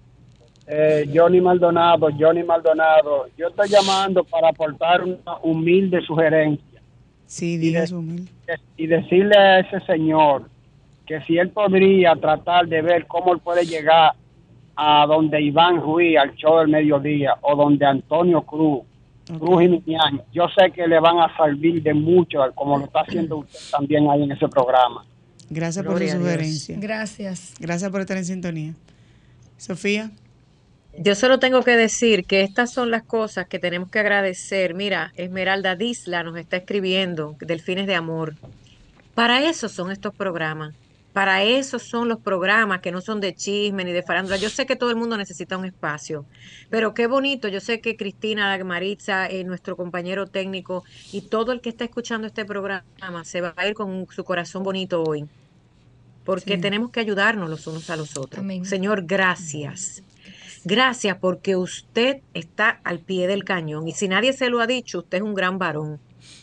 Johnny Maldonado. Yo estoy llamando para aportar una humilde sugerencia.
Sí, diga su humilde.
Y decirle a ese señor que si él podría tratar de ver cómo él puede llegar a donde Iván Ruiz, al show del mediodía, o donde Antonio Cruz y Miñán. Yo sé que le van a servir de mucho, como lo está haciendo usted también ahí en ese programa.
Gracias por su sugerencia.
Gracias.
Gracias por estar en sintonía. Sofía.
Yo solo tengo que decir que estas son las cosas que tenemos que agradecer. Mira, Esmeralda Disla nos está escribiendo, Delfines de Amor. Para eso son estos programas. Para eso son los programas que no son de chisme ni de farándula. Yo sé que todo el mundo necesita un espacio, pero qué bonito. Yo sé que Cristina, Maritza, nuestro compañero técnico y todo el que está escuchando este programa se va a ir con su corazón bonito hoy, porque tenemos que ayudarnos los unos a los otros. Amén. Señor, gracias. Gracias porque usted está al pie del cañón y si nadie se lo ha dicho, usted es un gran varón.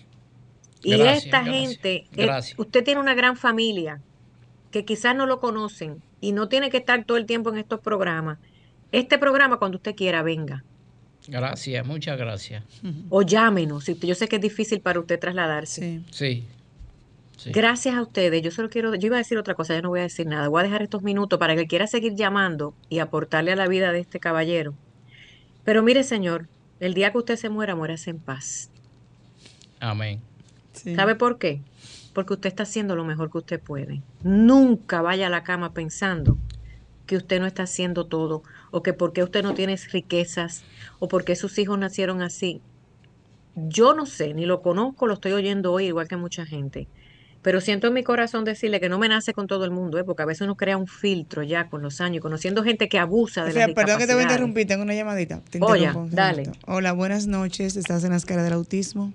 Y esta gente, usted tiene una gran familia que quizás no lo conocen y no tiene que estar todo el tiempo en estos programas. Este programa, cuando usted quiera, venga.
Gracias, muchas gracias.
O llámenos, yo sé que es difícil para usted trasladarse.
Sí.
Gracias a ustedes. Yo iba a decir otra cosa, ya no voy a decir nada. Voy a dejar estos minutos para que quiera seguir llamando y aportarle a la vida de este caballero. Pero mire, señor, el día que usted se muera, muérase en paz.
Amén.
Sí.
¿Sabe por qué? Porque usted está haciendo lo mejor que usted puede. Nunca vaya a la cama pensando que usted no está haciendo todo, o que porque usted no tiene riquezas, o porque sus hijos nacieron así. Yo no sé, ni lo conozco, lo estoy oyendo hoy igual que mucha gente. Pero siento en mi corazón decirle que no me nace con todo el mundo, porque a veces uno crea un filtro ya con los años, conociendo gente que abusa de las discapacidades.
Perdón que te voy a interrumpir, tengo una llamadita.
Oye, dale.
Hola, buenas noches. ¿Estás en la escala del autismo?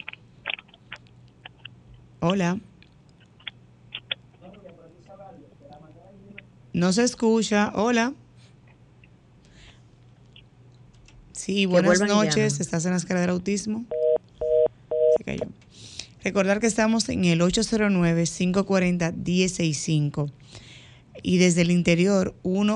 Hola. No se escucha. Hola. Sí, buenas noches. ¿Estás en la escala del autismo? Se cayó. Recordar que estamos en el 809-540-1065 y desde el interior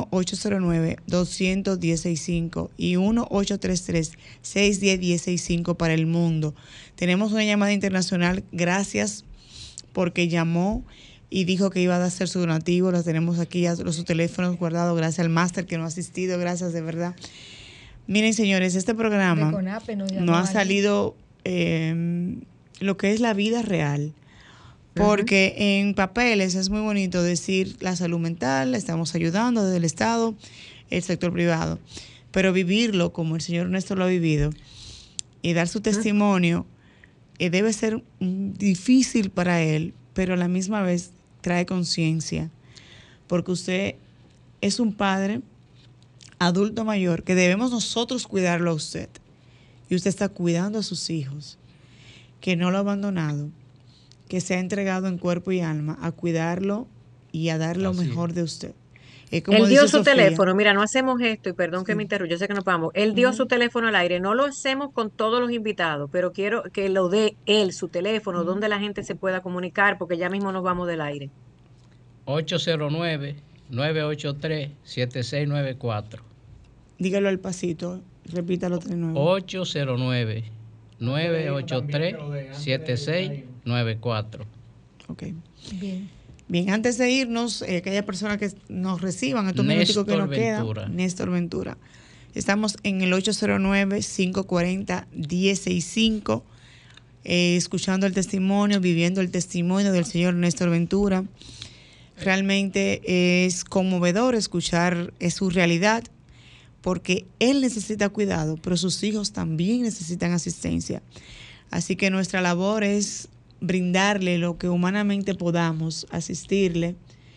1-809-200-1065 y 1-833-610-1065 para el mundo. Tenemos una llamada internacional, gracias porque llamó y dijo que iba a hacer su donativo. Lo tenemos aquí, ya sus teléfonos guardados, gracias al máster que nos ha asistido, gracias de verdad. Miren, señores, este programa no ha salido lo que es la vida real, porque en papeles es muy bonito decir la salud mental, la estamos ayudando desde el Estado, el sector privado, pero vivirlo como el señor Néstor lo ha vivido y dar su testimonio debe ser difícil para él, pero a la misma vez trae conciencia, porque usted es un padre adulto mayor que debemos nosotros cuidarlo a usted, y usted está cuidando a sus hijos, que no lo ha abandonado, que se ha entregado en cuerpo y alma a cuidarlo y a dar lo mejor de usted.
Él dio su teléfono, mira, no hacemos esto, y perdón que me interrumpa, yo sé que no podamos. Él dio su teléfono al aire, no lo hacemos con todos los invitados, pero quiero que lo dé él, su teléfono, donde la gente se pueda comunicar, porque ya mismo nos vamos del aire.
809-983-7694.
Dígalo al pasito, repítalo de nuevo.
809-983-7694.
Ok. Bien, antes de irnos, aquella persona que nos reciban, estos minutos que nos quedan, Néstor Ventura. Estamos en el 809-540-1065, escuchando el testimonio, viviendo el testimonio del señor Néstor Ventura. Realmente es conmovedor escuchar su realidad, porque él necesita cuidado, pero sus hijos también necesitan asistencia. Así que nuestra labor es brindarle lo que humanamente podamos, asistirle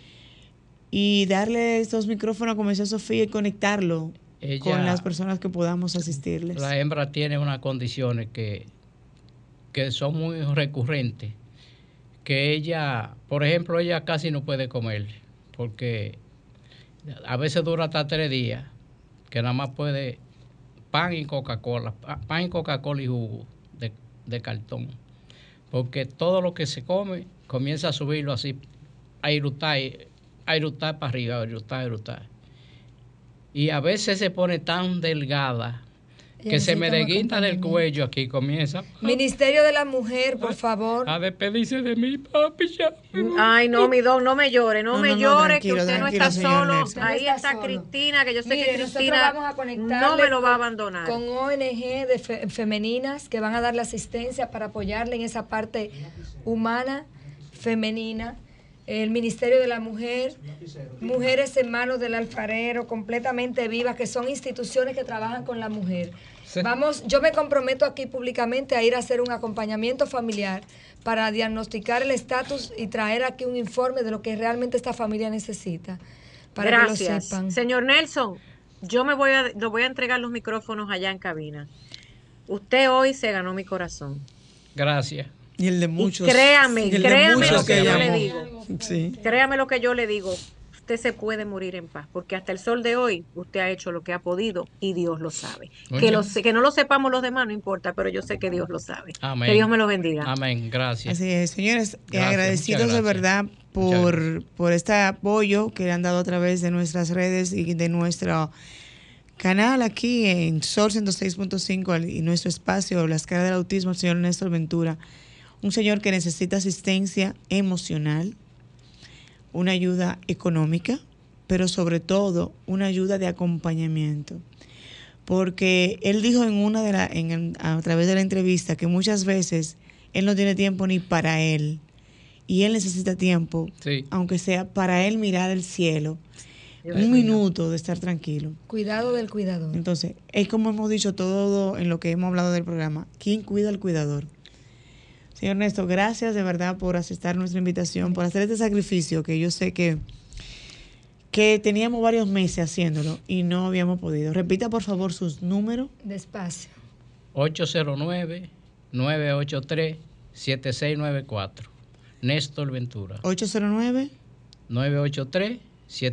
y darle estos micrófonos, como decía Sofía, y conectarlo con las personas que podamos asistirles.
La hembra tiene unas condiciones que son muy recurrentes, que ella, por ejemplo, ella casi no puede comer, porque a veces dura hasta 3 días, que nada más puede pan y Coca-Cola y jugo de cartón. Porque todo lo que se come comienza a subirlo así, a eructar para arriba, a eructar. Y a veces se pone tan delgada que se me desguinda del cuello aquí, comienza.
Ministerio de la Mujer, por favor.
A despedirse de mí, papi.
Ay, no, mi don, no me llore, no me llore, que usted no está solo. Ahí está Cristina, que yo sé que Cristina
vamos a
no me lo va a abandonar.
Con ONG de femeninas que van a darle asistencia para apoyarle en esa parte humana, femenina. El Ministerio de la Mujer, Mujeres en Manos del Alfarero, Completamente Vivas, que son instituciones que trabajan con la mujer. Sí. Yo me comprometo aquí públicamente a ir a hacer un acompañamiento familiar para diagnosticar el estatus y traer aquí un informe de lo que realmente esta familia necesita, para que lo sepan.
Señor Nelson, yo le voy a entregar los micrófonos allá en cabina. Usted hoy se ganó mi corazón.
Gracias.
Y el de muchos.
Y créame lo que yo le digo.
Sí.
Créame lo que yo le digo. Usted se puede morir en paz, porque hasta el sol de hoy usted ha hecho lo que ha podido y Dios lo sabe. Que no lo sepamos los demás no importa, pero yo sé que Dios lo sabe.
Amén.
Que Dios me lo bendiga.
Amén, gracias.
Así es, señores, agradecidos de verdad por este apoyo que le han dado a través de nuestras redes y de nuestro canal aquí en Sol 106.5 y nuestro espacio, Las Caras del Autismo, el señor Néstor Ventura. Un señor que necesita asistencia emocional, una ayuda económica, pero sobre todo una ayuda de acompañamiento. Porque él dijo a través de la entrevista que muchas veces él no tiene tiempo ni para él. Y él necesita tiempo, aunque sea para él mirar el cielo. Un minuto de estar tranquilo.
Cuidado del cuidador.
Entonces, es como hemos dicho todo en lo que hemos hablado del programa. ¿Quién cuida al cuidador? Señor Néstor, gracias de verdad por aceptar nuestra invitación, por hacer este sacrificio que yo sé que teníamos varios meses haciéndolo y no habíamos podido. Repita, por favor, sus números.
Despacio.
809-983-7694. Néstor Ventura.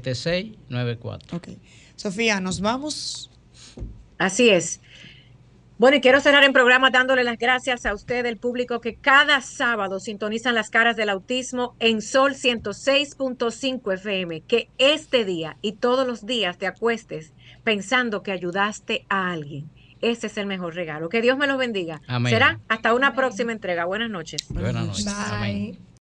809-983-7694. Ok. Sofía, ¿nos vamos?
Así es. Bueno, y quiero cerrar el programa dándole las gracias a usted, el público que cada sábado sintonizan las caras del autismo en Sol 106.5 FM. Que este día y todos los días te acuestes pensando que ayudaste a alguien. Ese es el mejor regalo. Que Dios me los bendiga.
Amén.
Será hasta una próxima entrega. Buenas noches.
Buenas noches.
Bye.
Amén.